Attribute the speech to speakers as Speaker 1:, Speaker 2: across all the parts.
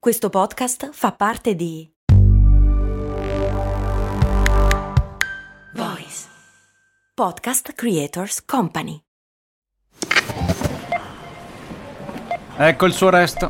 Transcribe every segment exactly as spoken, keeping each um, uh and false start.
Speaker 1: Questo podcast fa parte di Voice Podcast Creators Company.
Speaker 2: Ecco il suo resto.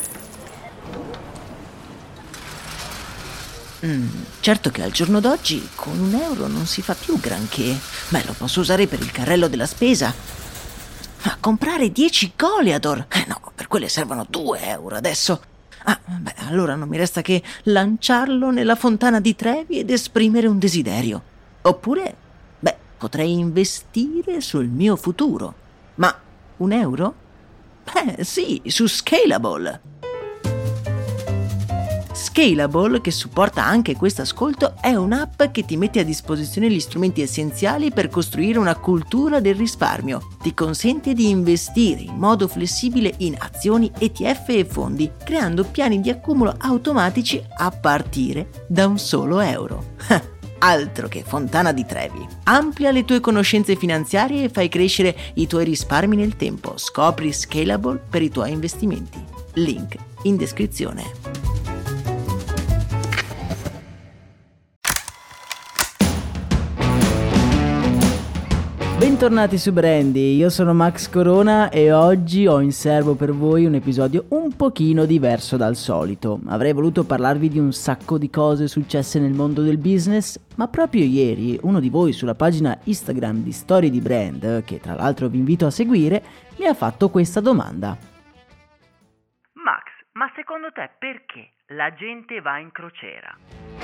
Speaker 3: Mm, certo che al giorno d'oggi con un euro non si fa più granché. Beh, lo posso usare per il carrello della spesa. Ma comprare dieci Goliador? Eh no, per quelle servono due euro adesso. Ah, beh, allora non mi resta che lanciarlo nella fontana di Trevi ed esprimere un desiderio. Oppure, beh, potrei investire sul mio futuro. Ma un euro? Beh, sì, su Scalable. Scalable, che supporta anche questo ascolto, è un'app che ti mette a disposizione gli strumenti essenziali per costruire una cultura del risparmio. Ti consente di investire in modo flessibile in azioni, E T F e fondi, creando piani di accumulo automatici a partire da un solo euro. Altro che fontana di Trevi. Amplia le tue conoscenze finanziarie e fai crescere i tuoi risparmi nel tempo. Scopri Scalable per i tuoi investimenti. Link in descrizione.
Speaker 4: Bentornati su Brandy, io sono Max Corona e oggi ho in serbo per voi un episodio un pochino diverso dal solito. Avrei voluto parlarvi di un sacco di cose successe nel mondo del business, ma proprio ieri uno di voi sulla pagina Instagram di Storie di Brand, che tra l'altro vi invito a seguire, mi ha fatto questa domanda.
Speaker 5: Max, ma secondo te perché la gente va in crociera?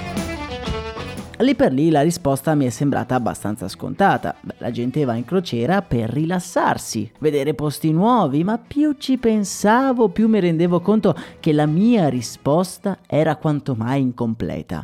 Speaker 4: Lì per lì la risposta mi è sembrata abbastanza scontata. Beh, la gente va in crociera per rilassarsi, vedere posti nuovi, ma più ci pensavo, più mi rendevo conto che la mia risposta era quanto mai incompleta.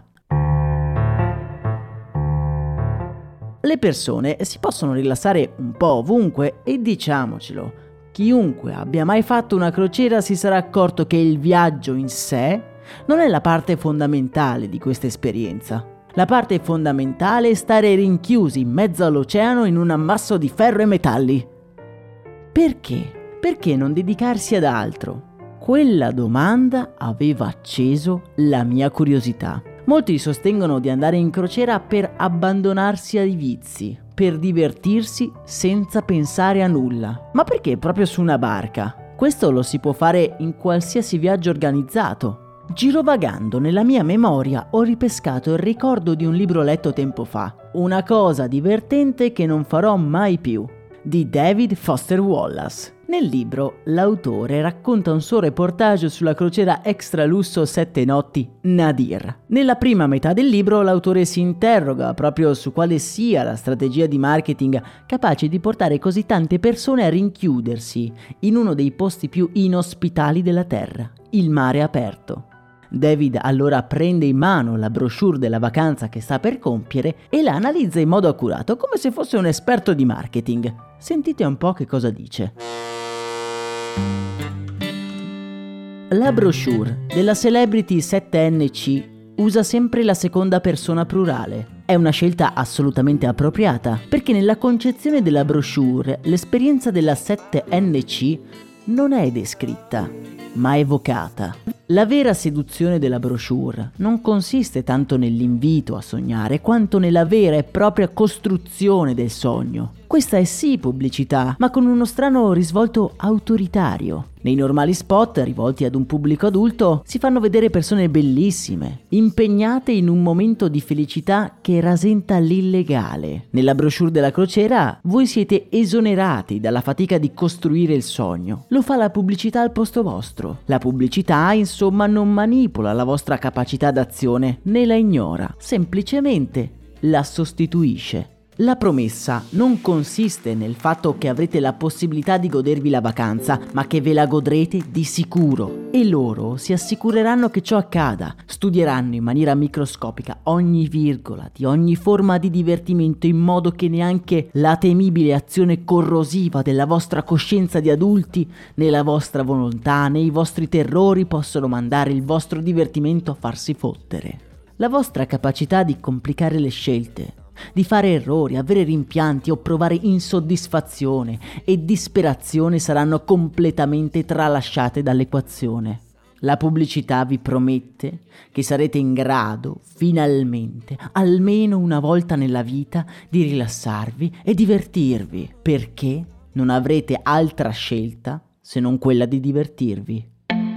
Speaker 4: Le persone si possono rilassare un po' ovunque e diciamocelo, chiunque abbia mai fatto una crociera si sarà accorto che il viaggio in sé non è la parte fondamentale di questa esperienza. La parte fondamentale è stare rinchiusi in mezzo all'oceano in un ammasso di ferro e metalli. Perché? Perché non dedicarsi ad altro? Quella domanda aveva acceso la mia curiosità. Molti sostengono di andare in crociera per abbandonarsi ai vizi, per divertirsi senza pensare a nulla. Ma perché proprio su una barca? Questo lo si può fare in qualsiasi viaggio organizzato. Girovagando nella mia memoria ho ripescato il ricordo di un libro letto tempo fa, Una cosa divertente che non farò mai più, di David Foster Wallace. Nel libro l'autore racconta un suo reportage sulla crociera extra lusso sette notti Nadir. Nella prima metà del libro l'autore si interroga proprio su quale sia la strategia di marketing capace di portare così tante persone a rinchiudersi in uno dei posti più inospitali della terra, il mare aperto. David allora prende in mano la brochure della vacanza che sta per compiere e la analizza in modo accurato, come se fosse un esperto di marketing. Sentite un po' che cosa dice. La brochure della Celebrity sette N C usa sempre la seconda persona plurale. È una scelta assolutamente appropriata, perché nella concezione della brochure l'esperienza della sette N C non è descritta, ma evocata. La vera seduzione della brochure non consiste tanto nell'invito a sognare quanto nella vera e propria costruzione del sogno. Questa è sì pubblicità, ma con uno strano risvolto autoritario. Nei normali spot rivolti ad un pubblico adulto si fanno vedere persone bellissime, impegnate in un momento di felicità che rasenta l'illegale. Nella brochure della crociera voi siete esonerati dalla fatica di costruire il sogno. Lo fa la pubblicità al posto vostro. La pubblicità, insomma, non manipola la vostra capacità d'azione, né la ignora, semplicemente la sostituisce. La promessa non consiste nel fatto che avrete la possibilità di godervi la vacanza, ma che ve la godrete di sicuro. E loro si assicureranno che ciò accada, studieranno in maniera microscopica ogni virgola di ogni forma di divertimento in modo che neanche la temibile azione corrosiva della vostra coscienza di adulti, né la vostra volontà, né i vostri terrori possono mandare il vostro divertimento a farsi fottere. La vostra capacità di complicare le scelte, di fare errori, avere rimpianti o provare insoddisfazione e disperazione saranno completamente tralasciate dall'equazione. La pubblicità vi promette che sarete in grado, finalmente, almeno una volta nella vita, di rilassarvi e divertirvi, perché non avrete altra scelta se non quella di divertirvi.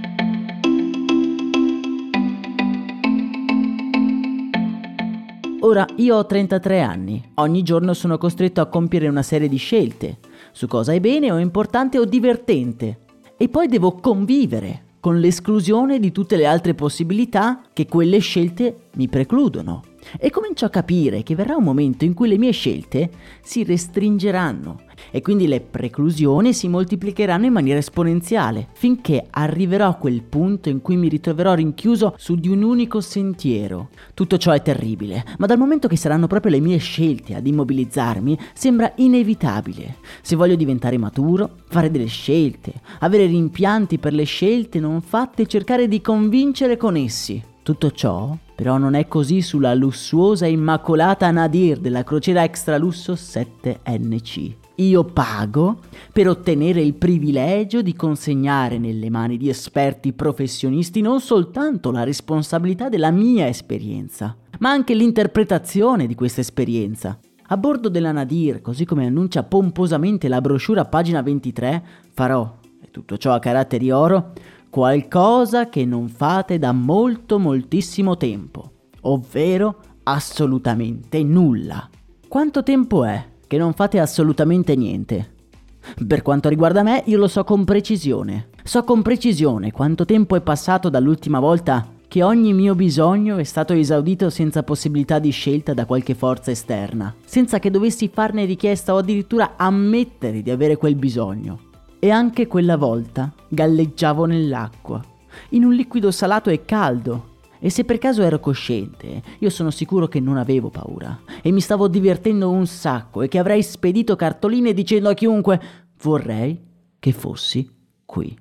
Speaker 4: Ora, io ho trentatré anni. Ogni giorno sono costretto a compiere una serie di scelte su cosa è bene o importante o divertente. E poi devo convivere con l'esclusione di tutte le altre possibilità che quelle scelte mi precludono. E comincio a capire che verrà un momento in cui le mie scelte si restringeranno e quindi le preclusioni si moltiplicheranno in maniera esponenziale, finché arriverò a quel punto in cui mi ritroverò rinchiuso su di un unico sentiero. Tutto ciò è terribile, ma dal momento che saranno proprio le mie scelte ad immobilizzarmi, sembra inevitabile. Se voglio diventare maturo, fare delle scelte, avere rimpianti per le scelte non fatte e cercare di convincere con essi. Tutto ciò però non è così sulla lussuosa e immacolata Nadir della crociera extra lusso sette N C. Io pago per ottenere il privilegio di consegnare nelle mani di esperti professionisti non soltanto la responsabilità della mia esperienza, ma anche l'interpretazione di questa esperienza. A bordo della Nadir, così come annuncia pomposamente la brochure a pagina ventitré, farò, e tutto ciò a caratteri oro, qualcosa che non fate da molto moltissimo tempo, ovvero assolutamente nulla. Quanto tempo è che non fate assolutamente niente? Per quanto riguarda me, io lo so con precisione. So con precisione quanto tempo è passato dall'ultima volta che ogni mio bisogno è stato esaudito senza possibilità di scelta da qualche forza esterna, senza che dovessi farne richiesta o addirittura ammettere di avere quel bisogno. E anche quella volta galleggiavo nell'acqua, in un liquido salato e caldo, e se per caso ero cosciente, io sono sicuro che non avevo paura, e mi stavo divertendo un sacco e che avrei spedito cartoline dicendo a chiunque: vorrei che fossi qui.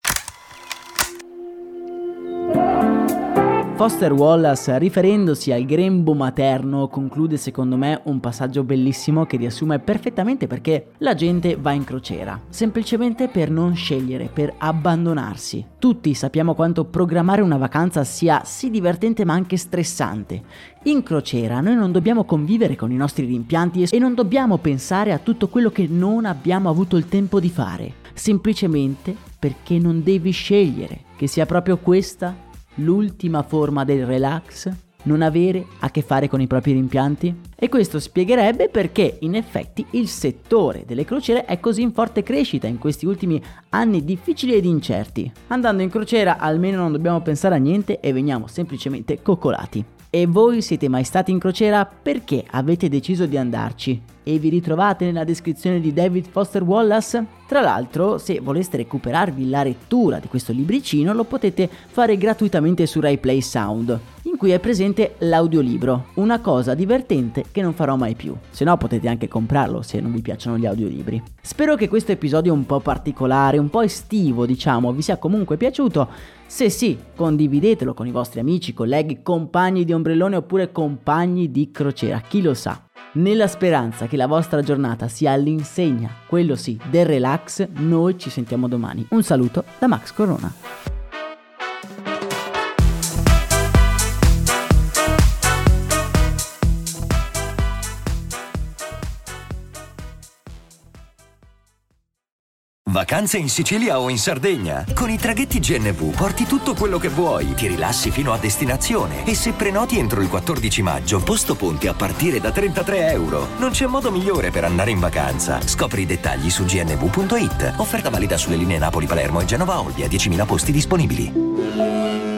Speaker 4: Foster Wallace, riferendosi al grembo materno, conclude secondo me un passaggio bellissimo che riassume perfettamente perché la gente va in crociera, semplicemente per non scegliere, per abbandonarsi. Tutti sappiamo quanto programmare una vacanza sia sì divertente ma anche stressante. In crociera noi non dobbiamo convivere con i nostri rimpianti e non dobbiamo pensare a tutto quello che non abbiamo avuto il tempo di fare, semplicemente perché non devi scegliere, che sia proprio questa l'ultima forma del relax, non avere a che fare con i propri rimpianti? E questo spiegherebbe perché in effetti il settore delle crociere è così in forte crescita in questi ultimi anni difficili ed incerti. Andando in crociera almeno non dobbiamo pensare a niente e veniamo semplicemente coccolati. E voi siete mai stati in crociera? Perché avete deciso di andarci? E vi ritrovate nella descrizione di David Foster Wallace? Tra l'altro, se voleste recuperarvi la lettura di questo libricino, lo potete fare gratuitamente su RaiPlay Sound, in cui è presente l'audiolibro, una cosa divertente che non farò mai più. Se no potete anche comprarlo se non vi piacciono gli audiolibri. Spero che questo episodio un po' particolare, un po' estivo diciamo, vi sia comunque piaciuto. Se sì, condividetelo con i vostri amici, colleghi, compagni di ombrellone oppure compagni di crociera, chi lo sa. Nella speranza che la vostra giornata sia all'insegna, quello sì, del relax, noi ci sentiamo domani. Un saluto da Max Corona.
Speaker 6: Vacanze in Sicilia o in Sardegna? Con i traghetti G N V porti tutto quello che vuoi, ti rilassi fino a destinazione e se prenoti entro il quattordici maggio, posto ponti a partire da trentatré euro. Non c'è modo migliore per andare in vacanza. Scopri i dettagli su g n v punto i t. Offerta valida sulle linee Napoli-Palermo e Genova-Olbia, diecimila posti disponibili.